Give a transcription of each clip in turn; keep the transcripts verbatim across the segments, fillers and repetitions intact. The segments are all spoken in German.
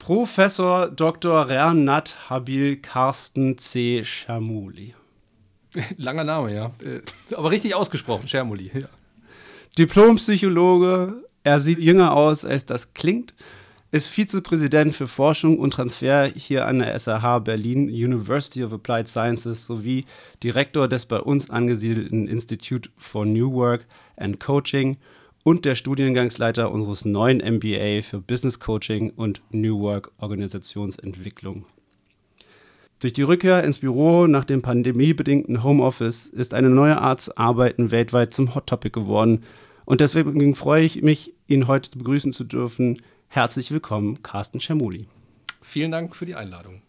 Professor Doktor Rehnat Habil Carsten C. Chermouli. Langer Name, ja. Aber richtig ausgesprochen, Chermouli. Ja. Diplompsychologe, er sieht jünger aus, als das klingt, ist Vizepräsident für Forschung und Transfer hier an der S R H Berlin, University of Applied Sciences, sowie Direktor des bei uns angesiedelten Institute for New Work and Coaching und der Studiengangsleiter unseres neuen M B A für Business Coaching und New Work Organisationsentwicklung. Durch die Rückkehr ins Büro nach dem pandemiebedingten Homeoffice ist eine neue Art zu arbeiten weltweit zum Hot Topic geworden. Und deswegen freue ich mich, ihn heute begrüßen zu dürfen. Herzlich willkommen, Carsten Chermouli. Vielen Dank für die Einladung.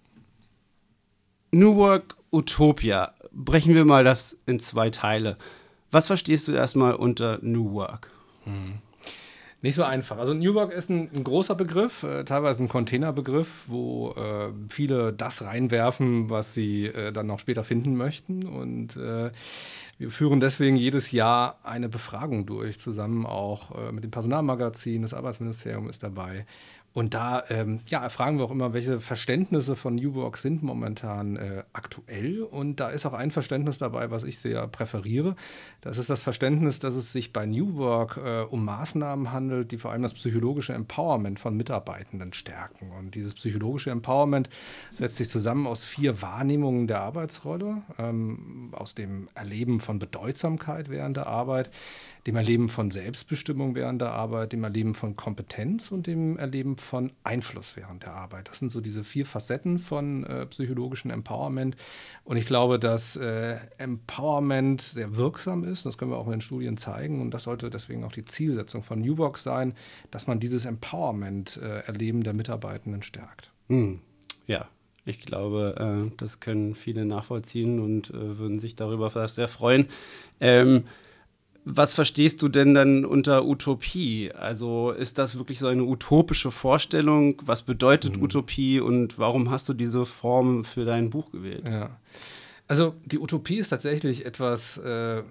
New Work Utopia. Brechen wir mal das in zwei Teile. Was verstehst du erstmal unter New Work? Hm. Nicht so einfach. Also New Work ist ein, ein großer Begriff, äh, teilweise ein Containerbegriff, wo äh, viele das reinwerfen, was sie äh, dann noch später finden möchten. Und äh, wir führen deswegen jedes Jahr eine Befragung durch, zusammen auch äh, mit dem Personalmagazin, das Arbeitsministerium ist dabei. Und da ähm, ja, erfragen wir auch immer, welche Verständnisse von New Work sind momentan äh, aktuell. Und da ist auch ein Verständnis dabei, was ich sehr präferiere. Das ist das Verständnis, dass es sich bei New Work äh, um Maßnahmen handelt, die vor allem das psychologische Empowerment von Mitarbeitenden stärken. Und dieses psychologische Empowerment setzt sich zusammen aus vier Wahrnehmungen der Arbeitsrolle, ähm, aus dem Erleben von Bedeutsamkeit während der Arbeit, dem Erleben von Selbstbestimmung während der Arbeit, dem Erleben von Kompetenz und dem Erleben von Einfluss während der Arbeit. Das sind so diese vier Facetten von äh, psychologischem Empowerment. Und ich glaube, dass äh, Empowerment sehr wirksam ist. Das können wir auch in den Studien zeigen. Und das sollte deswegen auch die Zielsetzung von New Work sein, dass man dieses Empowerment-Erleben äh, der Mitarbeitenden stärkt. Hm. Ja, ich glaube, äh, das können viele nachvollziehen und äh, würden sich darüber sehr freuen. Ähm, Was verstehst du denn dann unter Utopie? Also ist das wirklich so eine utopische Vorstellung? Was bedeutet mhm. Utopie und warum hast du diese Form für dein Buch gewählt? Ja. Also die Utopie ist tatsächlich etwas, äh,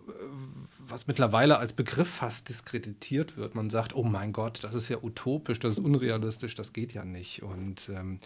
was mittlerweile als Begriff fast diskreditiert wird. Man sagt, oh mein Gott, das ist ja utopisch, das ist unrealistisch, das geht ja nicht. Und ähm,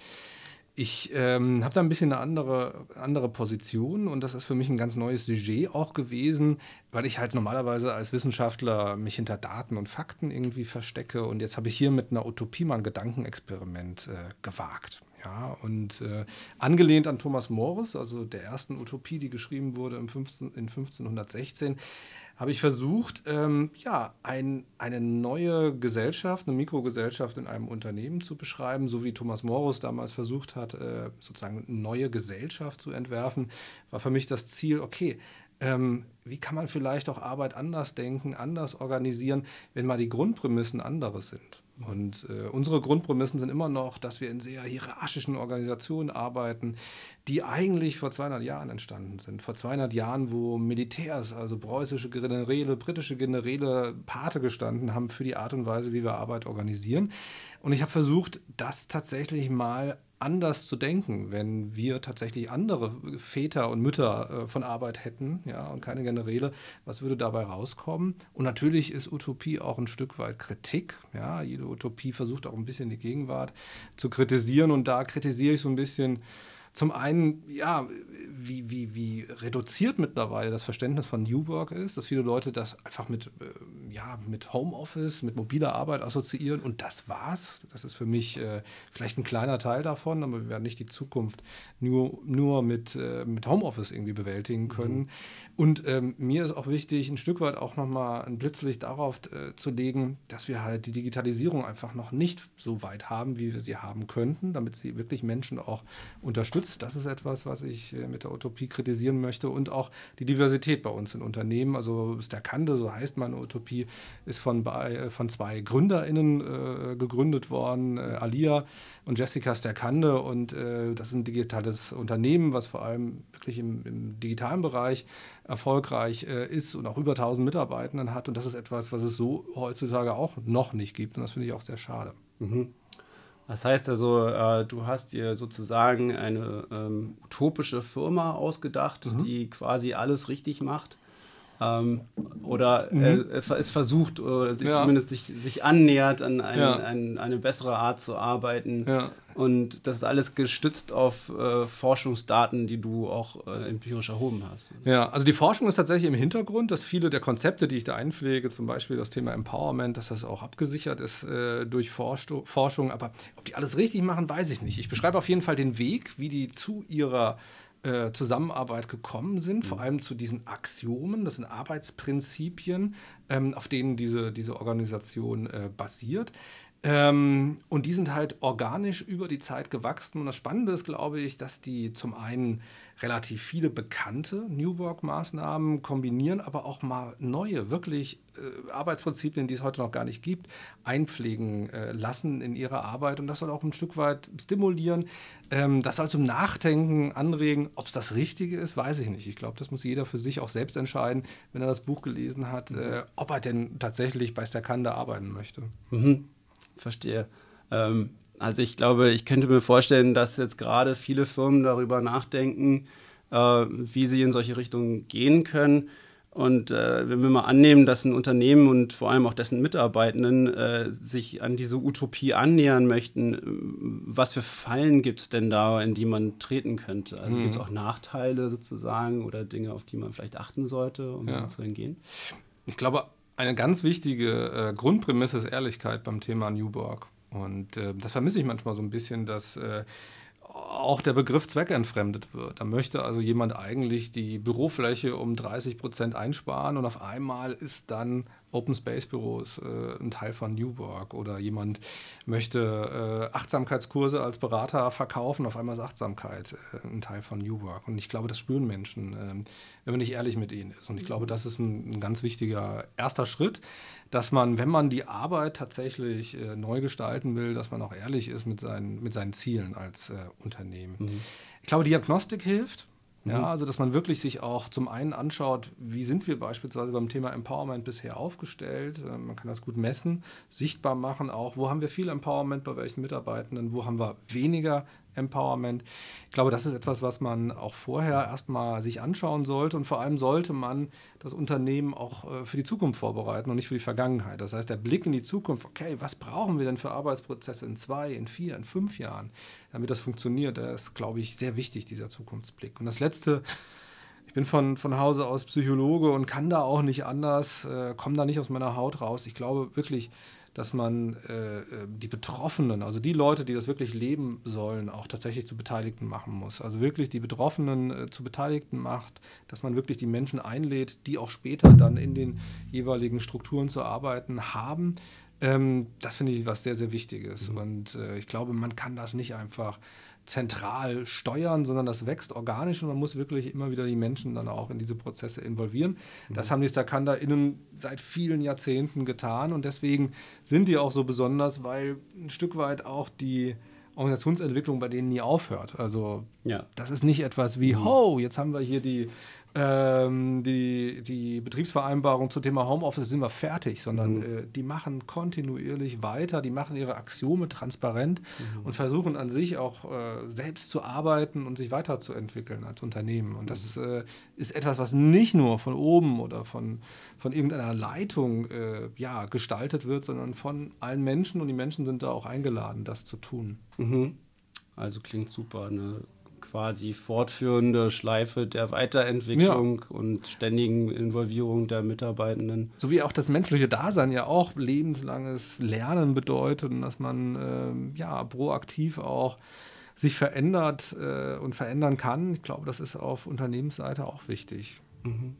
Ich ähm, habe da ein bisschen eine andere, andere Position und das ist für mich ein ganz neues Sujet auch gewesen, weil ich halt normalerweise als Wissenschaftler mich hinter Daten und Fakten irgendwie verstecke und jetzt habe ich hier mit einer Utopie mal ein Gedankenexperiment äh, gewagt. Ja, und äh, angelehnt an Thomas Morris, also der ersten Utopie, die geschrieben wurde im fünfzehn, in fünfzehnhundertsechzehn, habe ich versucht, ähm, ja, ein, eine neue Gesellschaft, eine Mikrogesellschaft in einem Unternehmen zu beschreiben, so wie Thomas Morris damals versucht hat, äh, sozusagen eine neue Gesellschaft zu entwerfen, war für mich das Ziel, okay, ähm, wie kann man vielleicht auch Arbeit anders denken, anders organisieren, wenn mal die Grundprämissen andere sind. Und äh, unsere Grundprämissen sind immer noch, dass wir in sehr hierarchischen Organisationen arbeiten, die eigentlich vor zweihundert Jahren entstanden sind. Vor zweihundert Jahren, wo Militärs, also preußische Generäle, britische Generäle Pate gestanden haben für die Art und Weise, wie wir Arbeit organisieren. Und ich habe versucht, das tatsächlich mal anders zu denken, wenn wir tatsächlich andere Väter und Mütter äh, von Arbeit hätten, ja, und keine Generäle, was würde dabei rauskommen? Und natürlich ist Utopie auch ein Stück weit Kritik, ja, jede Utopie versucht auch ein bisschen die Gegenwart zu kritisieren und da kritisiere ich so ein bisschen zum einen, ja, wie, wie, wie reduziert mittlerweile das Verständnis von New Work ist, dass viele Leute das einfach mit, äh, ja, mit Homeoffice, mit mobiler Arbeit assoziieren und das war's. Das ist für mich äh, vielleicht ein kleiner Teil davon, aber wir werden nicht die Zukunft nur, nur mit, äh, mit Homeoffice irgendwie bewältigen können. Mhm. Und ähm, mir ist auch wichtig, ein Stück weit auch nochmal ein Blitzlicht darauf äh, zu legen, dass wir halt die Digitalisierung einfach noch nicht so weit haben, wie wir sie haben könnten, damit sie wirklich Menschen auch unterstützt. Das ist etwas, was ich äh, mit der Utopie kritisieren möchte und auch die Diversität bei uns in Unternehmen. Also Sterkande, so heißt meine Utopie, ist von, bei, von zwei GründerInnen äh, gegründet worden, äh, Alia und Jessica Sterkande und äh, das ist ein digitales Unternehmen, was vor allem wirklich im, im digitalen Bereich erfolgreich äh, ist und auch über tausend Mitarbeitenden hat und das ist etwas, was es so heutzutage auch noch nicht gibt und das finde ich auch sehr schade. Mhm. Das heißt also, äh, du hast dir sozusagen eine ähm, utopische Firma ausgedacht, mhm. die quasi alles richtig macht Ähm, oder Mhm. äh, es versucht oder sich Ja. zumindest sich, sich annähert an ein, Ja. ein, eine bessere Art zu arbeiten. Ja. Und das ist alles gestützt auf äh, Forschungsdaten, die du auch äh, empirisch erhoben hast. Ja, also die Forschung ist tatsächlich im Hintergrund, dass viele der Konzepte, die ich da einpflege, zum Beispiel das Thema Empowerment, dass das auch abgesichert ist äh, durch Forsch- Forschung. Aber ob die alles richtig machen, weiß ich nicht. Ich beschreibe auf jeden Fall den Weg, wie die zu ihrer äh, Zusammenarbeit gekommen sind, vor allem zu diesen Axiomen, das sind Arbeitsprinzipien, ähm, auf denen diese, diese Organisation äh, basiert. Ähm, und die sind halt organisch über die Zeit gewachsen. Und das Spannende ist, glaube ich, dass die zum einen relativ viele bekannte New Work-Maßnahmen kombinieren, aber auch mal neue, wirklich äh, Arbeitsprinzipien, die es heute noch gar nicht gibt, einpflegen äh, lassen in ihre Arbeit. Und das soll auch ein Stück weit stimulieren. Ähm, das soll zum Nachdenken anregen. Ob es das Richtige ist, weiß ich nicht. Ich glaube, das muss jeder für sich auch selbst entscheiden, wenn er das Buch gelesen hat, mhm. äh, ob er denn tatsächlich bei Sterkanda arbeiten möchte. Mhm. Verstehe. Ähm, also ich glaube, ich könnte mir vorstellen, dass jetzt gerade viele Firmen darüber nachdenken, äh, wie sie in solche Richtungen gehen können. Und äh, wenn wir mal annehmen, dass ein Unternehmen und vor allem auch dessen Mitarbeitenden äh, sich an diese Utopie annähern möchten, was für Fallen gibt es denn da, in die man treten könnte? Also mhm. gibt es auch Nachteile sozusagen oder Dinge, auf die man vielleicht achten sollte, um ja. zu entgehen? Ich glaube, eine ganz wichtige äh, Grundprämisse ist Ehrlichkeit beim Thema New Work. Und äh, das vermisse ich manchmal so ein bisschen, dass äh, auch der Begriff zweckentfremdet wird. Da möchte also jemand eigentlich die Bürofläche um dreißig Prozent einsparen und auf einmal ist dann Open Space Büros äh, ein Teil von New Work oder jemand möchte äh, Achtsamkeitskurse als Berater verkaufen, auf einmal ist Achtsamkeit äh, ein Teil von New Work. Und ich glaube, das spüren Menschen, äh, wenn man nicht ehrlich mit ihnen ist. Und ich glaube, das ist ein, ein ganz wichtiger erster Schritt, dass man, wenn man die Arbeit tatsächlich äh, neu gestalten will, dass man auch ehrlich ist mit seinen, mit seinen Zielen als äh, Unternehmen. Mhm. Ich glaube, Diagnostik hilft. Ja, also dass man wirklich sich auch zum einen anschaut, wie sind wir beispielsweise beim Thema Empowerment bisher aufgestellt. Man kann das gut messen, sichtbar machen auch, wo haben wir viel Empowerment bei welchen Mitarbeitenden, wo haben wir weniger Empowerment. Ich glaube, das ist etwas, was man auch vorher erstmal sich anschauen sollte und vor allem sollte man das Unternehmen auch für die Zukunft vorbereiten und nicht für die Vergangenheit. Das heißt, der Blick in die Zukunft, okay, was brauchen wir denn für Arbeitsprozesse in zwei, in vier, in fünf Jahren, damit das funktioniert, der ist, glaube ich, sehr wichtig, dieser Zukunftsblick. Und das Letzte, ich bin von, von Hause aus Psychologe und kann da auch nicht anders, äh, komme da nicht aus meiner Haut raus. Ich glaube wirklich, dass man äh, die Betroffenen, also die Leute, die das wirklich leben sollen, auch tatsächlich zu Beteiligten machen muss. Also wirklich die Betroffenen äh, zu Beteiligten macht, dass man wirklich die Menschen einlädt, die auch später dann in den jeweiligen Strukturen zu arbeiten haben. Ähm, das finde ich was sehr, sehr Wichtiges. Mhm. Und äh, ich glaube, man kann das nicht einfach zentral steuern, sondern das wächst organisch und man muss wirklich immer wieder die Menschen dann auch in diese Prozesse involvieren. Mhm. Das haben die StakandaInnen seit vielen Jahrzehnten getan und deswegen sind die auch so besonders, weil ein Stück weit auch die Organisationsentwicklung bei denen nie aufhört. Also ja. Das ist nicht etwas wie, mhm. ho, jetzt haben wir hier die Ähm, die, die Betriebsvereinbarung zum Thema Homeoffice sind wir fertig, sondern mhm. äh, die machen kontinuierlich weiter, die machen ihre Axiome transparent mhm. und versuchen an sich auch äh, selbst zu arbeiten und sich weiterzuentwickeln als Unternehmen. Und das mhm. äh, ist etwas, was nicht nur von oben oder von, von irgendeiner Leitung äh, ja, gestaltet wird, sondern von allen Menschen und die Menschen sind da auch eingeladen, das zu tun. Mhm. Also klingt super, eine quasi fortführende Schleife der Weiterentwicklung ja. und ständigen Involvierung der Mitarbeitenden. So wie auch das menschliche Dasein ja auch lebenslanges Lernen bedeutet und dass man äh, ja proaktiv auch sich verändert äh, und verändern kann. Ich glaube, das ist auf Unternehmensseite auch wichtig. Mhm.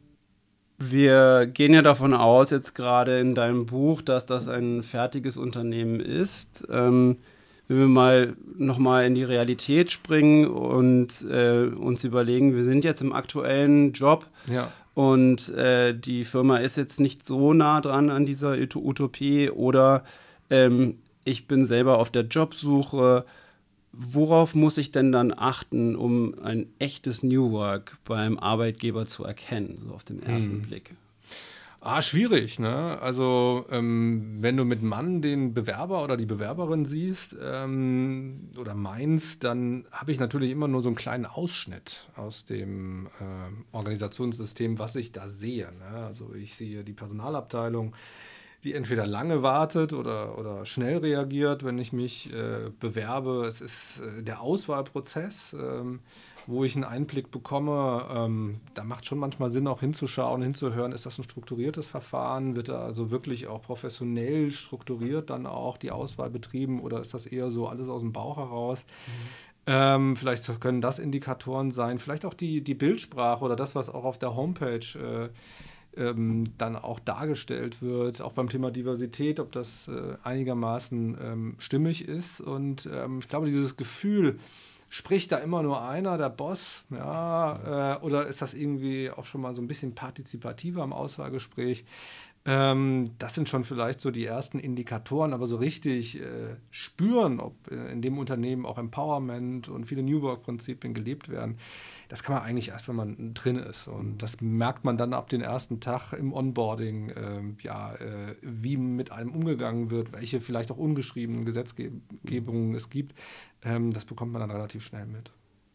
Wir gehen ja davon aus, jetzt gerade in deinem Buch, dass das ein fertiges Unternehmen ist. Ähm, Wenn wir mal nochmal in die Realität springen und äh, uns überlegen, wir sind jetzt im aktuellen Job ja. und äh, die Firma ist jetzt nicht so nah dran an dieser Utopie oder ähm, ich bin selber auf der Jobsuche. Worauf muss ich denn dann achten, um ein echtes New Work beim Arbeitgeber zu erkennen, so auf den ersten hm. Blick? Ah, schwierig, ne? Also, ähm, wenn du mit Mann den Bewerber oder die Bewerberin siehst ähm, oder meinst, dann habe ich natürlich immer nur so einen kleinen Ausschnitt aus dem äh, Organisationssystem, was ich da sehe. Ne? Also, ich sehe die Personalabteilung, die entweder lange wartet oder, oder schnell reagiert, wenn ich mich äh, bewerbe. Es ist äh, der Auswahlprozess, ähm, wo ich einen Einblick bekomme. Ähm, da macht schon manchmal Sinn, auch hinzuschauen, hinzuhören, ist das ein strukturiertes Verfahren? Wird da also wirklich auch professionell strukturiert dann auch die Auswahl betrieben oder ist das eher so alles aus dem Bauch heraus? Mhm. Ähm, vielleicht können das Indikatoren sein, vielleicht auch die, die Bildsprache oder das, was auch auf der Homepage äh, Ähm, dann auch dargestellt wird, auch beim Thema Diversität, ob das äh, einigermaßen ähm, stimmig ist. Und ähm, ich glaube, dieses Gefühl, spricht da immer nur einer, der Boss, ja, äh, oder ist das irgendwie auch schon mal so ein bisschen partizipativer im Auswahlgespräch? Ähm, das sind schon vielleicht so die ersten Indikatoren, aber so richtig äh, spüren, ob äh, in dem Unternehmen auch Empowerment und viele New Work-Prinzipien gelebt werden, das kann man eigentlich erst, wenn man drin ist. Und das merkt man dann ab dem ersten Tag im Onboarding, äh, ja, äh, wie mit einem umgegangen wird, welche vielleicht auch ungeschriebenen Gesetzgebungen es gibt. Ähm, das bekommt man dann relativ schnell mit.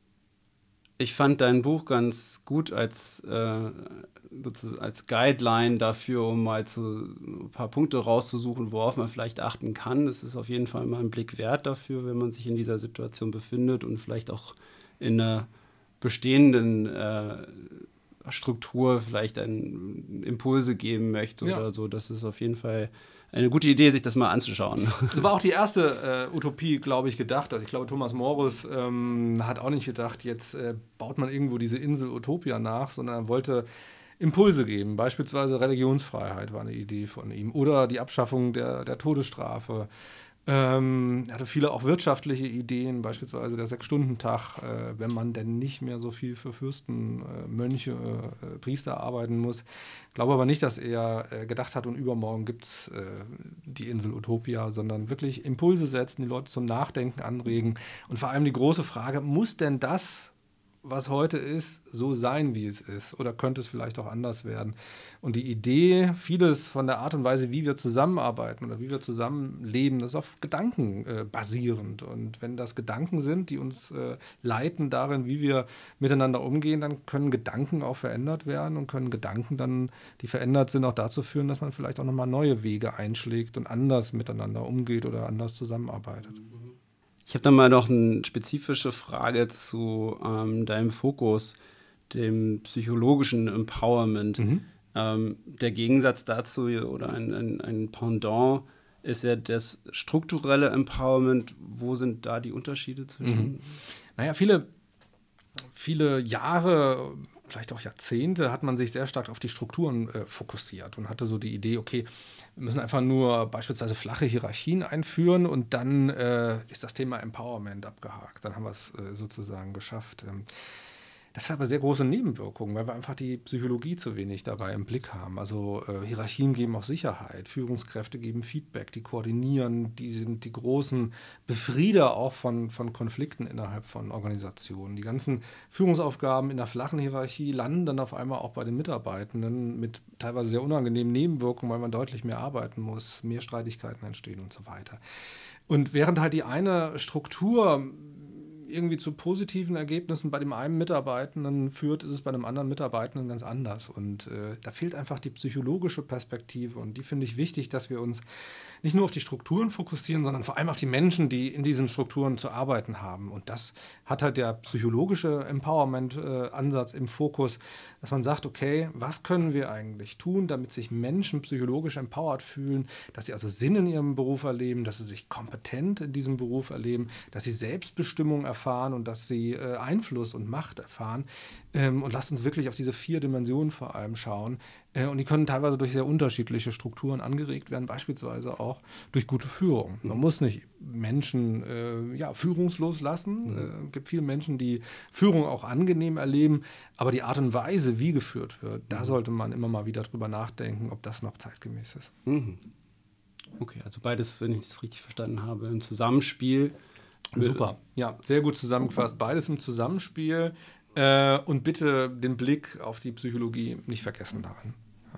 Ich fand dein Buch ganz gut als, äh, als Guideline dafür, um mal zu, ein paar Punkte rauszusuchen, worauf man vielleicht achten kann. Es ist auf jeden Fall mal ein Blick wert dafür, wenn man sich in dieser Situation befindet und vielleicht auch in einer bestehenden äh, Struktur vielleicht einen Impulse geben möchte ja. oder so. Das ist auf jeden Fall eine gute Idee, sich das mal anzuschauen. Das war auch die erste äh, Utopie, glaube ich, gedacht. Also ich glaube, Thomas Morus ähm, hat auch nicht gedacht, jetzt äh, baut man irgendwo diese Insel Utopia nach, sondern er wollte Impulse geben. Beispielsweise Religionsfreiheit war eine Idee von ihm oder die Abschaffung der, der Todesstrafe. Ähm, er hatte viele auch wirtschaftliche Ideen, beispielsweise der Sechs-Stunden-Tag, äh, wenn man denn nicht mehr so viel für Fürsten, äh, Mönche, äh, Priester arbeiten muss. Ich glaube aber nicht, dass er äh, gedacht hat, und übermorgen gibt es äh, die Insel Utopia, sondern wirklich Impulse setzen, die Leute zum Nachdenken anregen. Und vor allem die große Frage, muss denn das, was heute ist, so sein, wie es ist? Oder könnte es vielleicht auch anders werden? Und die Idee, vieles von der Art und Weise, wie wir zusammenarbeiten oder wie wir zusammenleben, das ist auf Gedanken äh, basierend. Und wenn das Gedanken sind, die uns äh, leiten darin, wie wir miteinander umgehen, dann können Gedanken auch verändert werden und können Gedanken dann, die verändert sind, auch dazu führen, dass man vielleicht auch nochmal neue Wege einschlägt und anders miteinander umgeht oder anders zusammenarbeitet. Ich habe dann mal noch eine spezifische Frage zu ähm, deinem Fokus, dem psychologischen Empowerment. Mhm. Ähm, der Gegensatz dazu oder ein, ein, ein Pendant ist ja das strukturelle Empowerment. Wo sind da die Unterschiede zwischen? Mhm. Naja, viele, viele Jahre, vielleicht auch Jahrzehnte, hat man sich sehr stark auf die Strukturen äh, fokussiert und hatte so die Idee, okay, wir müssen einfach nur beispielsweise flache Hierarchien einführen und dann äh, ist das Thema Empowerment abgehakt. Dann haben wir es äh, sozusagen geschafft. Ähm, Das hat aber sehr große Nebenwirkungen, weil wir einfach die Psychologie zu wenig dabei im Blick haben. Also äh, Hierarchien geben auch Sicherheit, Führungskräfte geben Feedback, die koordinieren, die sind die großen Befrieder auch von, von Konflikten innerhalb von Organisationen. Die ganzen Führungsaufgaben in der flachen Hierarchie landen dann auf einmal auch bei den Mitarbeitenden mit teilweise sehr unangenehmen Nebenwirkungen, weil man deutlich mehr arbeiten muss, mehr Streitigkeiten entstehen und so weiter. Und während halt die eine Struktur irgendwie zu positiven Ergebnissen bei dem einen Mitarbeitenden führt, ist es bei einem anderen Mitarbeitenden ganz anders. Und äh, da fehlt einfach die psychologische Perspektive. Und die finde ich wichtig, dass wir uns nicht nur auf die Strukturen fokussieren, sondern vor allem auf die Menschen, die in diesen Strukturen zu arbeiten haben. Und das hat halt der psychologische Empowerment-Ansatz äh, im Fokus, dass man sagt, okay, was können wir eigentlich tun, damit sich Menschen psychologisch empowered fühlen, dass sie also Sinn in ihrem Beruf erleben, dass sie sich kompetent in diesem Beruf erleben, dass sie Selbstbestimmung erfahren, erfahren und dass sie äh, Einfluss und Macht erfahren. Ähm, und lasst uns wirklich auf diese vier Dimensionen vor allem schauen. Äh, und die können teilweise durch sehr unterschiedliche Strukturen angeregt werden, beispielsweise auch durch gute Führung. Man muss nicht Menschen äh, ja, führungslos lassen. Mhm. Äh, es gibt viele Menschen, die Führung auch angenehm erleben, aber die Art und Weise, wie geführt wird, da mhm. sollte man immer mal wieder drüber nachdenken, ob das noch zeitgemäß ist. Mhm. Okay, also beides, wenn ich es richtig verstanden habe, im Zusammenspiel. Super, ja, sehr gut zusammengefasst. Beides im Zusammenspiel äh, und bitte den Blick auf die Psychologie nicht vergessen darin. Ja.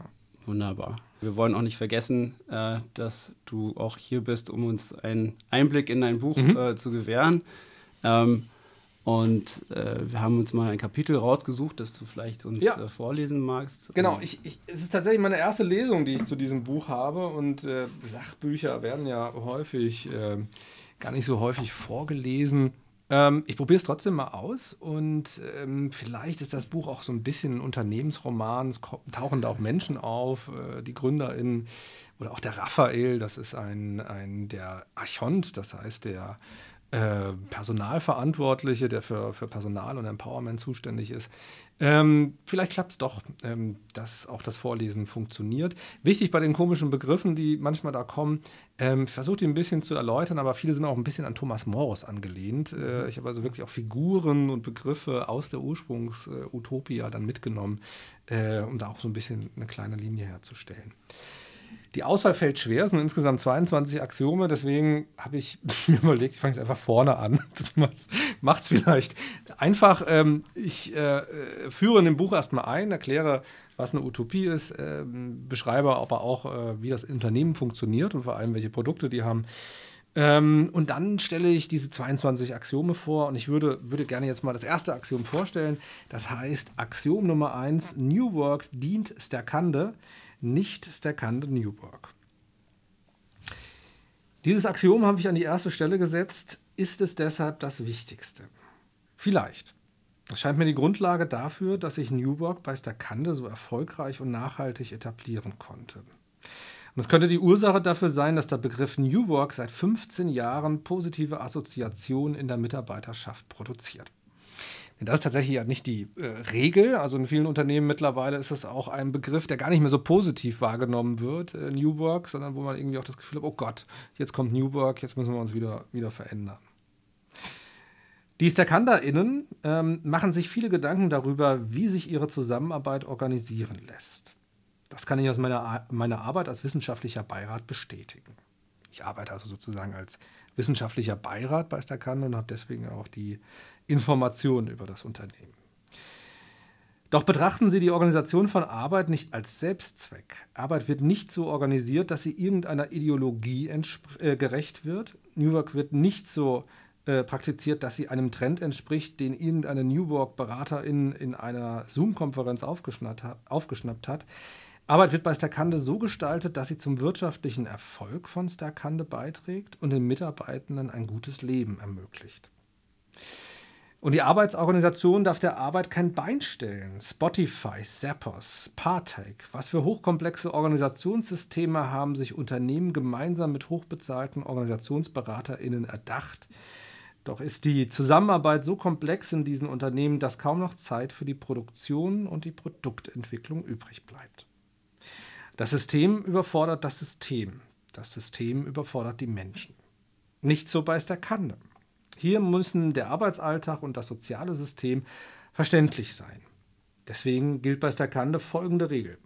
Wunderbar. Wir wollen auch nicht vergessen, äh, dass du auch hier bist, um uns einen Einblick in dein Buch mhm. äh, zu gewähren. Ähm, und äh, wir haben uns mal ein Kapitel rausgesucht, das du vielleicht uns ja. äh, vorlesen magst. Genau, ich, ich, es ist tatsächlich meine erste Lesung, die ich zu diesem Buch habe. Und äh, Sachbücher werden ja häufig, äh, gar nicht so häufig vorgelesen. Ähm, ich probiere es trotzdem mal aus und ähm, vielleicht ist das Buch auch so ein bisschen ein Unternehmensroman. Es tauchen da auch Menschen auf, äh, die GründerInnen oder auch der Raphael, das ist ein, ein der Archont, das heißt der äh, Personalverantwortliche, der für, für Personal und Empowerment zuständig ist. Ähm, vielleicht klappt es doch, ähm, dass auch das Vorlesen funktioniert. Wichtig bei den komischen Begriffen, die manchmal da kommen, ähm, ich versuche die ein bisschen zu erläutern, aber viele sind auch ein bisschen an Thomas Morus angelehnt. Äh, ich habe also wirklich auch Figuren und Begriffe aus der Ursprungs-Utopia dann mitgenommen, äh, um da auch so ein bisschen eine kleine Linie herzustellen. Die Auswahl fällt schwer, es sind insgesamt zweiundzwanzig Axiome, deswegen habe ich mir überlegt, ich fange jetzt einfach vorne an. Das macht es vielleicht einfach. Ähm, ich äh, führe in dem Buch erstmal ein, erkläre, was eine Utopie ist, äh, beschreibe aber auch, äh, wie das Unternehmen funktioniert und vor allem, welche Produkte die haben. Ähm, und dann stelle ich diese zweiundzwanzig Axiome vor und ich würde, würde gerne jetzt mal das erste Axiom vorstellen. Das heißt, Axiom Nummer eins, New Work dient Sterkande, nicht Sterkande New Work. Dieses Axiom habe ich an die erste Stelle gesetzt. Ist es deshalb das Wichtigste? Vielleicht. Das scheint mir die Grundlage dafür, dass sich New Work bei Sterkande so erfolgreich und nachhaltig etablieren konnte. Und es könnte die Ursache dafür sein, dass der Begriff New Work seit fünfzehn Jahren positive Assoziationen in der Mitarbeiterschaft produziert. Das ist tatsächlich ja nicht die äh, Regel. Also in vielen Unternehmen mittlerweile ist es auch ein Begriff, der gar nicht mehr so positiv wahrgenommen wird, äh, New Work, sondern wo man irgendwie auch das Gefühl hat, oh Gott, jetzt kommt New Work, jetzt müssen wir uns wieder, wieder verändern. Die SterkanderInnen ähm, machen sich viele Gedanken darüber, wie sich ihre Zusammenarbeit organisieren lässt. Das kann ich aus meiner, meiner Arbeit als wissenschaftlicher Beirat bestätigen. Ich arbeite also sozusagen als wissenschaftlicher Beirat bei Sterkande und habe deswegen auch die Informationen über das Unternehmen. Doch betrachten Sie die Organisation von Arbeit nicht als Selbstzweck. Arbeit wird nicht so organisiert, dass sie irgendeiner Ideologie äh, gerecht wird. New Work wird nicht so äh, praktiziert, dass sie einem Trend entspricht, den irgendeine New Work-Beraterin in einer Zoom-Konferenz aufgeschnappt hat. Aufgeschnappt hat. Arbeit wird bei Sterkande so gestaltet, dass sie zum wirtschaftlichen Erfolg von Sterkande beiträgt und den Mitarbeitenden ein gutes Leben ermöglicht. Und die Arbeitsorganisation darf der Arbeit kein Bein stellen. Spotify, Zappos, Partake, was für hochkomplexe Organisationssysteme haben sich Unternehmen gemeinsam mit hochbezahlten OrganisationsberaterInnen erdacht. Doch ist die Zusammenarbeit so komplex in diesen Unternehmen, dass kaum noch Zeit für die Produktion und die Produktentwicklung übrig bleibt. Das System überfordert das System. Das System überfordert die Menschen. Nicht so bei Sterkande. Hier müssen der Arbeitsalltag und das soziale System verständlich sein. Deswegen gilt bei Sterkande folgende Regel.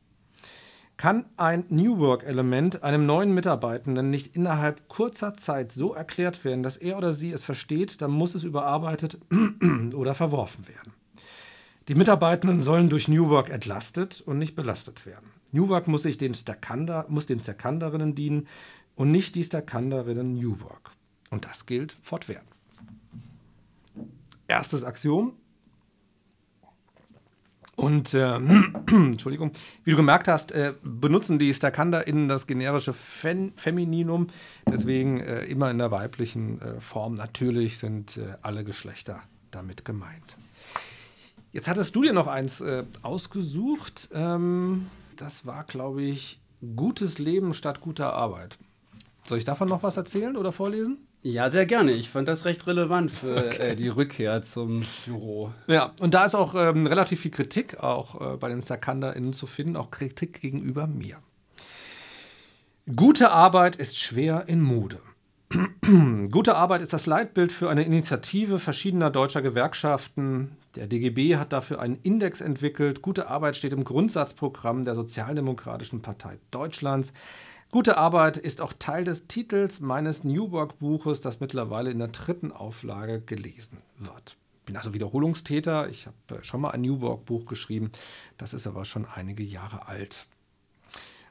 Kann ein New Work-Element einem neuen Mitarbeitenden nicht innerhalb kurzer Zeit so erklärt werden, dass er oder sie es versteht, dann muss es überarbeitet oder verworfen werden. Die Mitarbeitenden sollen durch New Work entlastet und nicht belastet werden. New Work muss, sich den Sterkander, muss den Sterkanderinnen dienen und nicht die Sterkanderinnen New Work. Und das gilt fortwährend. Erstes Axiom. Und äh, Entschuldigung, wie du gemerkt hast, äh, benutzen die SterkanderInnen das generische Fen Femininum, deswegen äh, immer in der weiblichen äh, Form. Natürlich sind äh, alle Geschlechter damit gemeint. Jetzt hattest du dir noch eins äh, ausgesucht. Ähm, das war, glaube ich, gutes Leben statt guter Arbeit. Soll ich davon noch was erzählen oder vorlesen? Ja, sehr gerne. Ich fand das recht relevant für okay. äh, die Rückkehr zum Büro. Ja, und da ist auch ähm, relativ viel Kritik auch äh, bei den SterkanderInnen zu finden, auch Kritik gegenüber mir. Gute Arbeit ist schwer in Mode. Gute Arbeit ist das Leitbild für eine Initiative verschiedener deutscher Gewerkschaften. Der D G B hat dafür einen Index entwickelt. Gute Arbeit steht im Grundsatzprogramm der Sozialdemokratischen Partei Deutschlands. Gute Arbeit ist auch Teil des Titels meines New Work-Buches, das mittlerweile in der dritten Auflage gelesen wird. Ich bin also Wiederholungstäter. Ich habe schon mal ein New Work-Buch geschrieben. Das ist aber schon einige Jahre alt.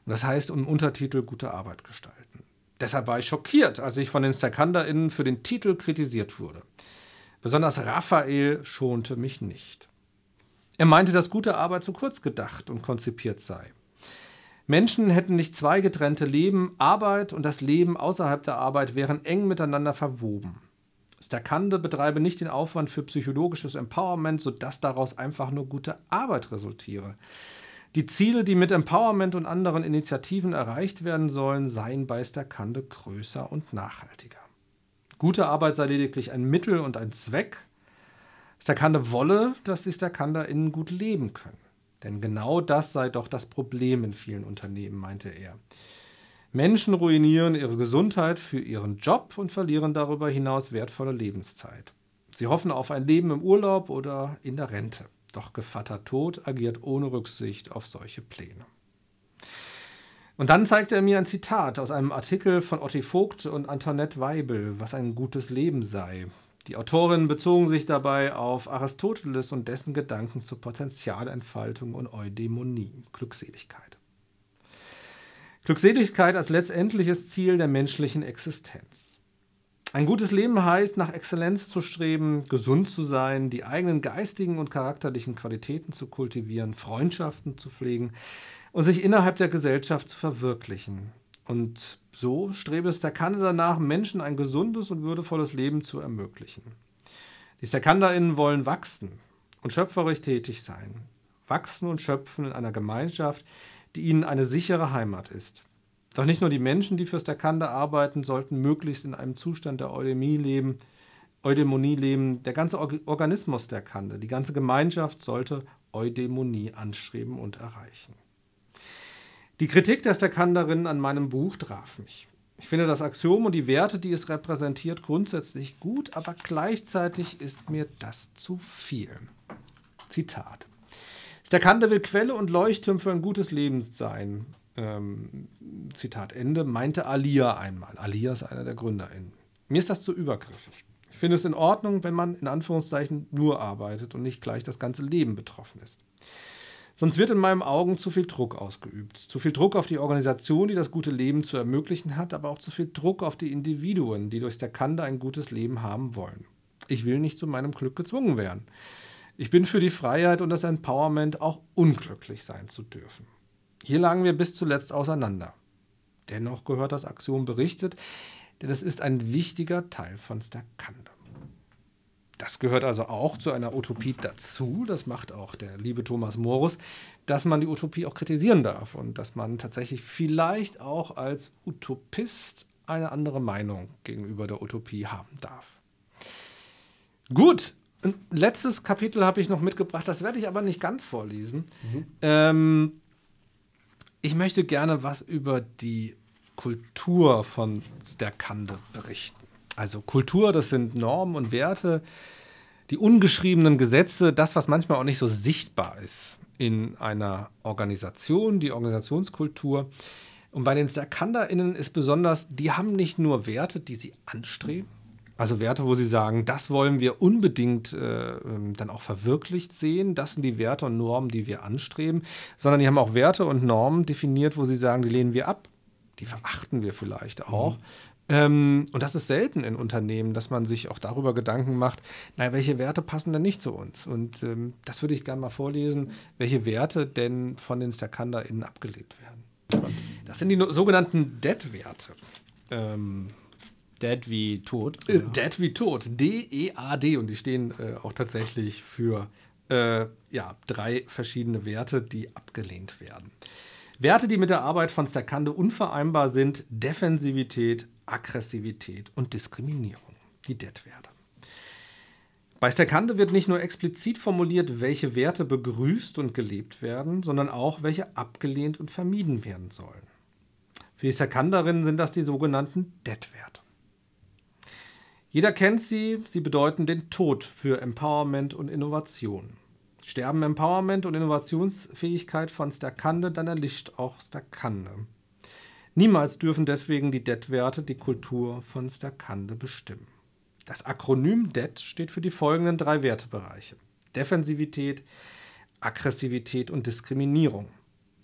Und das heißt im Untertitel gute Arbeit gestalten. Deshalb war ich schockiert, als ich von den StaKander-Innen für den Titel kritisiert wurde. Besonders Raphael schonte mich nicht. Er meinte, dass gute Arbeit zu kurz gedacht und konzipiert sei. Menschen hätten nicht zwei getrennte Leben, Arbeit und das Leben außerhalb der Arbeit wären eng miteinander verwoben. StaKander betreibe nicht den Aufwand für psychologisches Empowerment, sodass daraus einfach nur gute Arbeit resultiere. Die Ziele, die mit Empowerment und anderen Initiativen erreicht werden sollen, seien bei StaKander größer und nachhaltiger. Gute Arbeit sei lediglich ein Mittel und ein Zweck. StaKander wolle, dass die StaKander-Innen gut leben können. Denn genau das sei doch das Problem in vielen Unternehmen, meinte er. Menschen ruinieren ihre Gesundheit für ihren Job und verlieren darüber hinaus wertvolle Lebenszeit. Sie hoffen auf ein Leben im Urlaub oder in der Rente. Doch Gevatter Tod agiert ohne Rücksicht auf solche Pläne. Und dann zeigte er mir ein Zitat aus einem Artikel von Otti Vogt und Antoinette Weibel, was ein gutes Leben sei. Die Autorinnen bezogen sich dabei auf Aristoteles und dessen Gedanken zur Potenzialentfaltung und Eudaimonie, Glückseligkeit. Glückseligkeit als letztendliches Ziel der menschlichen Existenz. Ein gutes Leben heißt, nach Exzellenz zu streben, gesund zu sein, die eigenen geistigen und charakterlichen Qualitäten zu kultivieren, Freundschaften zu pflegen und sich innerhalb der Gesellschaft zu verwirklichen. Und so strebe StaKander danach, Menschen ein gesundes und würdevolles Leben zu ermöglichen. Die StaKander-Innen wollen wachsen und schöpferisch tätig sein. Wachsen und schöpfen in einer Gemeinschaft, die ihnen eine sichere Heimat ist. Doch nicht nur die Menschen, die für StaKander arbeiten, sollten möglichst in einem Zustand der Eudaimonie leben. Eudaimonie leben. Der ganze Organismus StaKander, die ganze Gemeinschaft sollte Eudaimonie anstreben und erreichen. Die Kritik der StaKanderinnen an meinem Buch traf mich. Ich finde das Axiom und die Werte, die es repräsentiert, grundsätzlich gut, aber gleichzeitig ist mir das zu viel. Zitat. StaKander will Quelle und Leuchtturm für ein gutes Leben sein. Ähm, Zitat Ende, meinte Alia einmal. Alia ist einer der GründerInnen. Mir ist das zu übergriffig. Ich finde es in Ordnung, wenn man in Anführungszeichen nur arbeitet und nicht gleich das ganze Leben betroffen ist. Sonst wird in meinen Augen zu viel Druck ausgeübt. Zu viel Druck auf die Organisation, die das gute Leben zu ermöglichen hat, aber auch zu viel Druck auf die Individuen, die durch StaKander ein gutes Leben haben wollen. Ich will nicht zu meinem Glück gezwungen werden. Ich bin für die Freiheit und das Empowerment, auch unglücklich sein zu dürfen. Hier lagen wir bis zuletzt auseinander. Dennoch gehört das Axiom berichtet, denn es ist ein wichtiger Teil von StaKander. Das gehört also auch zu einer Utopie dazu, das macht auch der liebe Thomas Morus, dass man die Utopie auch kritisieren darf und dass man tatsächlich vielleicht auch als Utopist eine andere Meinung gegenüber der Utopie haben darf. Gut, ein letztes Kapitel habe ich noch mitgebracht, das werde ich aber nicht ganz vorlesen. Mhm. Ähm, ich möchte gerne was über die Kultur von StaKander berichten. Also Kultur, das sind Normen und Werte, die ungeschriebenen Gesetze, das, was manchmal auch nicht so sichtbar ist in einer Organisation, die Organisationskultur. Und bei den StaKander-Innen ist besonders, die haben nicht nur Werte, die sie anstreben, also Werte, wo sie sagen, das wollen wir unbedingt äh, dann auch verwirklicht sehen, das sind die Werte und Normen, die wir anstreben, sondern die haben auch Werte und Normen definiert, wo sie sagen, die lehnen wir ab, die verachten wir vielleicht auch. Mhm. Ähm, und das ist selten in Unternehmen, dass man sich auch darüber Gedanken macht, naja, welche Werte passen denn nicht zu uns? Und ähm, das würde ich gerne mal vorlesen, welche Werte denn von den StaKander-Innen abgelehnt werden. Das sind die no- sogenannten D E D-Werte. Ähm, Dead wie tot. Äh, Dead wie tot. D E A D. Und die stehen äh, auch tatsächlich für äh, ja, drei verschiedene Werte, die abgelehnt werden. Werte, die mit der Arbeit von StaKander unvereinbar sind: Defensivität, Aggressivität und Diskriminierung. Die D E D-Werte. Bei StaKander wird nicht nur explizit formuliert, welche Werte begrüßt und gelebt werden, sondern auch, welche abgelehnt und vermieden werden sollen. Für die StaKanderinnen sind das die sogenannten D E D-Werte. Jeder kennt sie, sie bedeuten den Tod für Empowerment und Innovation. Sterben Empowerment und Innovationsfähigkeit von StaKander, dann erlischt auch StaKander. Niemals dürfen deswegen die D E D-Werte die Kultur von StaKander bestimmen. Das Akronym D E D steht für die folgenden drei Wertebereiche: Defensivität, Aggressivität und Diskriminierung.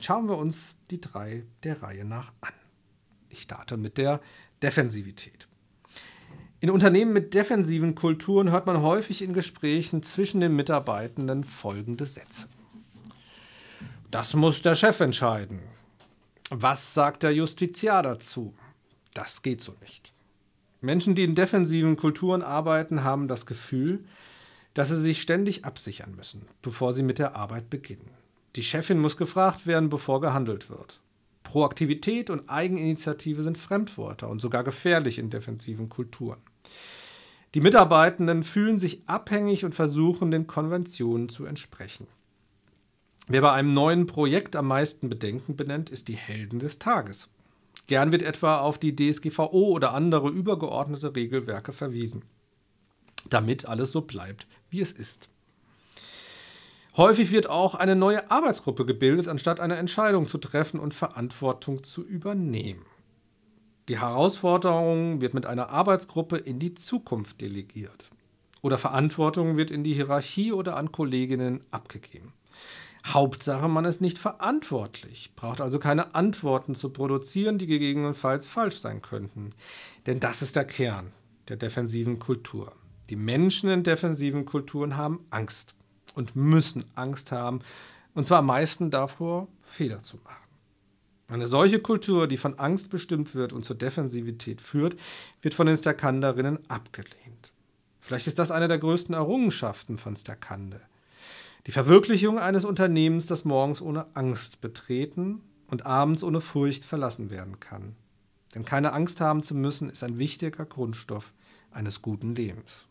Schauen wir uns die drei der Reihe nach an. Ich starte mit der Defensivität. In Unternehmen mit defensiven Kulturen hört man häufig in Gesprächen zwischen den Mitarbeitenden folgende Sätze. Das muss der Chef entscheiden. Was sagt der Justiziar dazu? Das geht so nicht. Menschen, die in defensiven Kulturen arbeiten, haben das Gefühl, dass sie sich ständig absichern müssen, bevor sie mit der Arbeit beginnen. Die Chefin muss gefragt werden, bevor gehandelt wird. Proaktivität und Eigeninitiative sind Fremdwörter und sogar gefährlich in defensiven Kulturen. Die Mitarbeitenden fühlen sich abhängig und versuchen, den Konventionen zu entsprechen. Wer bei einem neuen Projekt am meisten Bedenken benennt, ist die Helden des Tages. Gern wird etwa auf die D S G V O oder andere übergeordnete Regelwerke verwiesen, damit alles so bleibt, wie es ist. Häufig wird auch eine neue Arbeitsgruppe gebildet, anstatt eine Entscheidung zu treffen und Verantwortung zu übernehmen. Die Herausforderung wird mit einer Arbeitsgruppe in die Zukunft delegiert. Oder Verantwortung wird in die Hierarchie oder an Kolleginnen abgegeben. Hauptsache, man ist nicht verantwortlich, braucht also keine Antworten zu produzieren, die gegebenenfalls falsch sein könnten. Denn das ist der Kern der defensiven Kultur. Die Menschen in defensiven Kulturen haben Angst und müssen Angst haben, und zwar am meisten davor, Fehler zu machen. Eine solche Kultur, die von Angst bestimmt wird und zur Defensivität führt, wird von den Sterkanderinnen abgelehnt. Vielleicht ist das eine der größten Errungenschaften von Sterkande. Die Verwirklichung eines Unternehmens, das morgens ohne Angst betreten und abends ohne Furcht verlassen werden kann. Denn keine Angst haben zu müssen, ist ein wichtiger Grundstoff eines guten Lebens.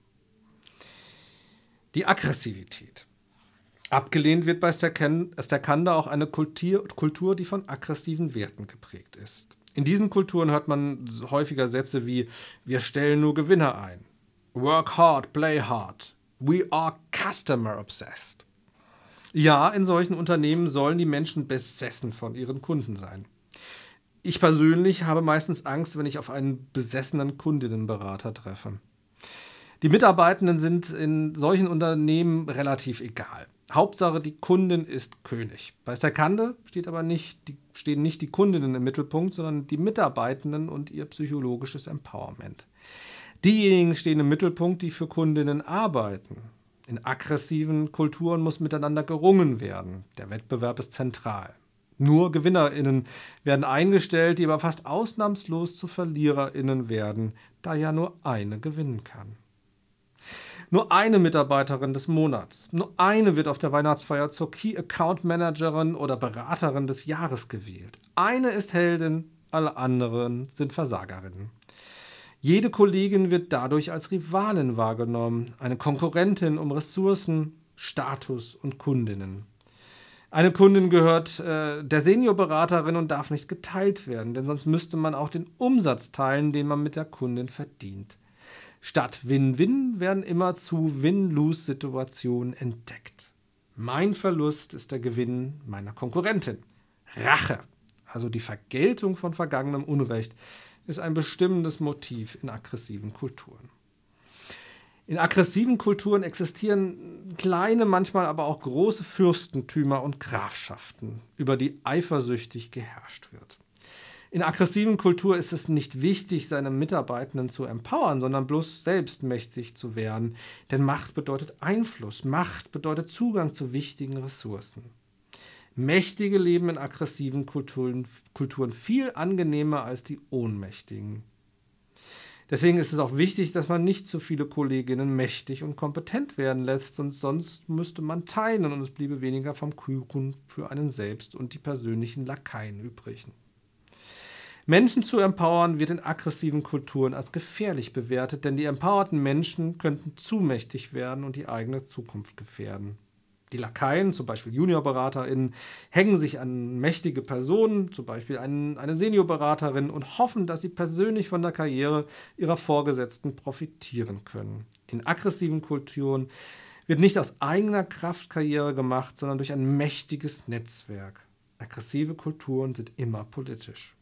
Die Aggressivität. Abgelehnt wird bei Sterkande auch eine Kultur, die von aggressiven Werten geprägt ist. In diesen Kulturen hört man häufiger Sätze wie wir stellen nur Gewinner ein, work hard, play hard, we are customer obsessed. Ja, in solchen Unternehmen sollen die Menschen besessen von ihren Kunden sein. Ich persönlich habe meistens Angst, wenn ich auf einen besessenen Kundinnenberater treffe. Die Mitarbeitenden sind in solchen Unternehmen relativ egal. Hauptsache, die Kundin ist König. Bei Sterkande steht aber nicht, die, stehen nicht die Kundinnen im Mittelpunkt, sondern die Mitarbeitenden und ihr psychologisches Empowerment. Diejenigen stehen im Mittelpunkt, die für Kundinnen arbeiten. In aggressiven Kulturen muss miteinander gerungen werden. Der Wettbewerb ist zentral. Nur GewinnerInnen werden eingestellt, die aber fast ausnahmslos zu VerliererInnen werden, da ja nur eine gewinnen kann. Nur eine Mitarbeiterin des Monats, nur eine wird auf der Weihnachtsfeier zur Key Account Managerin oder Beraterin des Jahres gewählt. Eine ist Heldin, alle anderen sind Versagerinnen. Jede Kollegin wird dadurch als Rivalin wahrgenommen, eine Konkurrentin um Ressourcen, Status und Kundinnen. Eine Kundin gehört äh, der Seniorberaterin und darf nicht geteilt werden, denn sonst müsste man auch den Umsatz teilen, den man mit der Kundin verdient. Statt Win-Win werden immerzu Win-Lose-Situationen entdeckt. Mein Verlust ist der Gewinn meiner Konkurrentin. Rache, also die Vergeltung von vergangenem Unrecht, ist ein bestimmendes Motiv in aggressiven Kulturen. In aggressiven Kulturen existieren kleine, manchmal aber auch große Fürstentümer und Grafschaften, über die eifersüchtig geherrscht wird. In aggressiven Kulturen ist es nicht wichtig, seine Mitarbeitenden zu empowern, sondern bloß selbst mächtig zu werden. Denn Macht bedeutet Einfluss, Macht bedeutet Zugang zu wichtigen Ressourcen. Mächtige leben in aggressiven Kulturen, Kulturen viel angenehmer als die Ohnmächtigen. Deswegen ist es auch wichtig, dass man nicht zu viele Kolleginnen mächtig und kompetent werden lässt, sonst, sonst müsste man teilen und es bliebe weniger vom Kuchen für einen selbst und die persönlichen Lakaien übrig. Menschen zu empowern wird in aggressiven Kulturen als gefährlich bewertet, denn die empowerten Menschen könnten zu mächtig werden und die eigene Zukunft gefährden. Die Lakaien, zum Beispiel JuniorberaterInnen, hängen sich an mächtige Personen, zum Beispiel einen, eine Seniorberaterin, und hoffen, dass sie persönlich von der Karriere ihrer Vorgesetzten profitieren können. In aggressiven Kulturen wird nicht aus eigener Kraft Karriere gemacht, sondern durch ein mächtiges Netzwerk. Aggressive Kulturen sind immer politisch.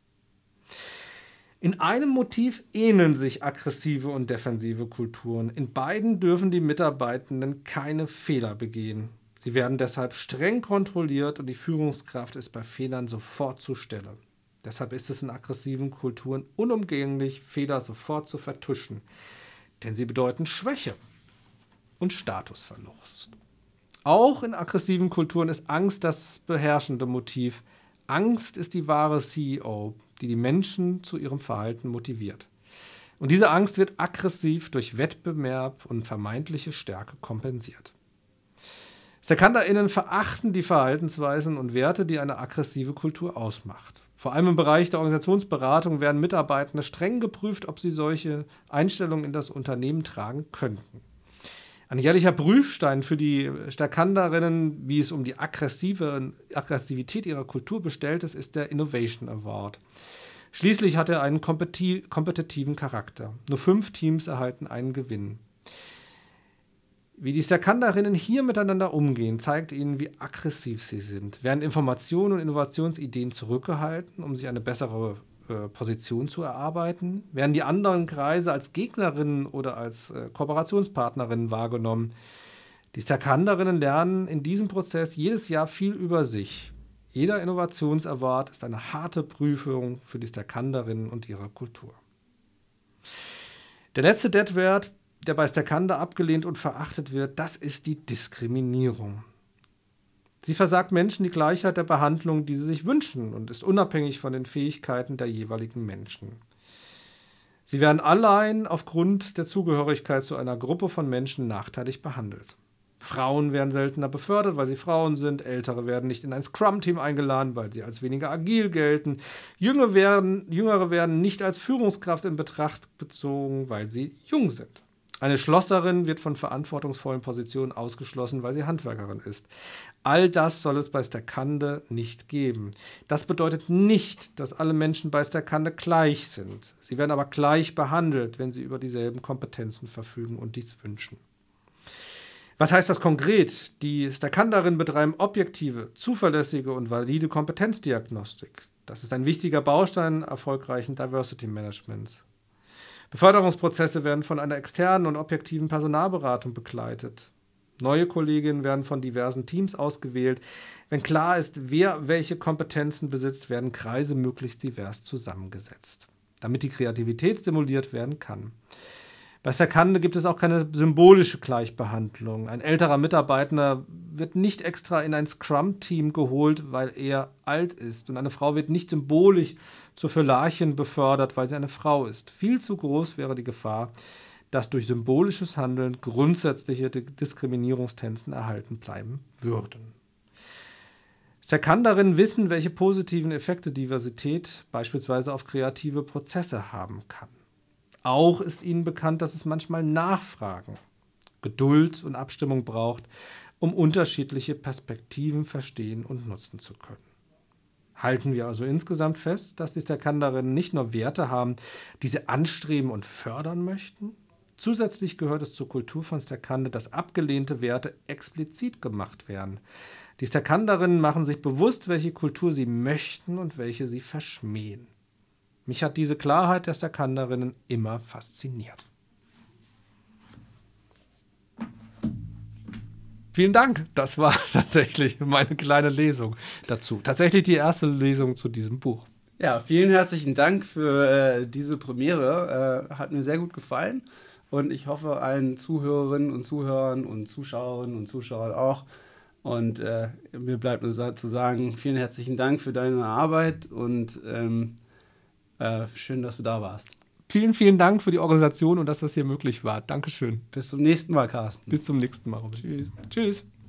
In einem Motiv ähneln sich aggressive und defensive Kulturen. In beiden dürfen die Mitarbeitenden keine Fehler begehen. Sie werden deshalb streng kontrolliert und die Führungskraft ist bei Fehlern sofort zur Stelle. Deshalb ist es in aggressiven Kulturen unumgänglich, Fehler sofort zu vertuschen, denn sie bedeuten Schwäche und Statusverlust. Auch in aggressiven Kulturen ist Angst das beherrschende Motiv. Angst ist die wahre C E O, die die Menschen zu ihrem Verhalten motiviert. Und diese Angst wird aggressiv durch Wettbewerb und vermeintliche Stärke kompensiert. StakeHunterInnen verachten die Verhaltensweisen und Werte, die eine aggressive Kultur ausmacht. Vor allem im Bereich der Organisationsberatung werden Mitarbeitende streng geprüft, ob sie solche Einstellungen in das Unternehmen tragen könnten. Ein jährlicher Prüfstein für die StakeHunterInnen, wie es um die aggressive Aggressivität ihrer Kultur bestellt ist, ist der Innovation Award. Schließlich hat er einen kompeti- kompetitiven Charakter. Nur fünf Teams erhalten einen Gewinn. Wie die StakeHunterInnen hier miteinander umgehen, zeigt ihnen, wie aggressiv sie sind. Werden Informationen und Innovationsideen zurückgehalten, um sich eine bessere äh, Position zu erarbeiten? Werden die anderen Kreise als Gegnerinnen oder als äh, Kooperationspartnerinnen wahrgenommen? Die StakeHunterInnen lernen in diesem Prozess jedes Jahr viel über sich. Jeder Innovations-Award ist eine harte Prüfung für die StakeHunterInnen und ihre Kultur. Der letzte D-Wert, der bei StakeHunter abgelehnt und verachtet wird, das ist die Diskriminierung. Sie versagt Menschen die Gleichheit der Behandlung, die sie sich wünschen und ist unabhängig von den Fähigkeiten der jeweiligen Menschen. Sie werden allein aufgrund der Zugehörigkeit zu einer Gruppe von Menschen nachteilig behandelt. Frauen werden seltener befördert, weil sie Frauen sind. Ältere werden nicht in ein Scrum-Team eingeladen, weil sie als weniger agil gelten. Jüngere werden, Jüngere werden nicht als Führungskraft in Betracht gezogen, weil sie jung sind. Eine Schlosserin wird von verantwortungsvollen Positionen ausgeschlossen, weil sie Handwerkerin ist. All das soll es bei StakeHunter nicht geben. Das bedeutet nicht, dass alle Menschen bei StakeHunter gleich sind. Sie werden aber gleich behandelt, wenn sie über dieselben Kompetenzen verfügen und dies wünschen. Was heißt das konkret? Die StakeHunterInnen betreiben objektive, zuverlässige und valide Kompetenzdiagnostik. Das ist ein wichtiger Baustein erfolgreichen Diversity Managements. Beförderungsprozesse werden von einer externen und objektiven Personalberatung begleitet. Neue Kolleginnen werden von diversen Teams ausgewählt. Wenn klar ist, wer welche Kompetenzen besitzt, werden Kreise möglichst divers zusammengesetzt, damit die Kreativität stimuliert werden kann. Bei StakeHunter gibt es auch keine symbolische Gleichbehandlung. Ein älterer Mitarbeiter wird nicht extra in ein Scrum-Team geholt, weil er alt ist. Und eine Frau wird nicht symbolisch zur Fürlarchin befördert, weil sie eine Frau ist. Viel zu groß wäre die Gefahr, dass durch symbolisches Handeln grundsätzliche Diskriminierungstendenzen erhalten bleiben würden. StakeHunterInnen wissen, welche positiven Effekte Diversität beispielsweise auf kreative Prozesse haben kann. Auch ist ihnen bekannt, dass es manchmal Nachfragen, Geduld und Abstimmung braucht, um unterschiedliche Perspektiven verstehen und nutzen zu können. Halten wir also insgesamt fest, dass die StakeHunterInnen nicht nur Werte haben, die sie anstreben und fördern möchten. Zusätzlich gehört es zur Kultur von StakeHunter, dass abgelehnte Werte explizit gemacht werden. Die StakeHunterInnen machen sich bewusst, welche Kultur sie möchten und welche sie verschmähen. Mich hat diese Klarheit der StakeHunterInnen immer fasziniert. Vielen Dank. Das war tatsächlich meine kleine Lesung dazu. Tatsächlich die erste Lesung zu diesem Buch. Ja, vielen herzlichen Dank für äh, diese Premiere. Äh, hat mir sehr gut gefallen. Und ich hoffe, allen Zuhörerinnen und Zuhörern und Zuschauerinnen und Zuschauern auch. Und äh, mir bleibt nur zu sagen, vielen herzlichen Dank für deine Arbeit und ähm, Äh, schön, dass du da warst. Vielen, vielen Dank für die Organisation und dass das hier möglich war. Dankeschön. Bis zum nächsten Mal, Carsten. Bis zum nächsten Mal. Robin. Tschüss. Tschüss.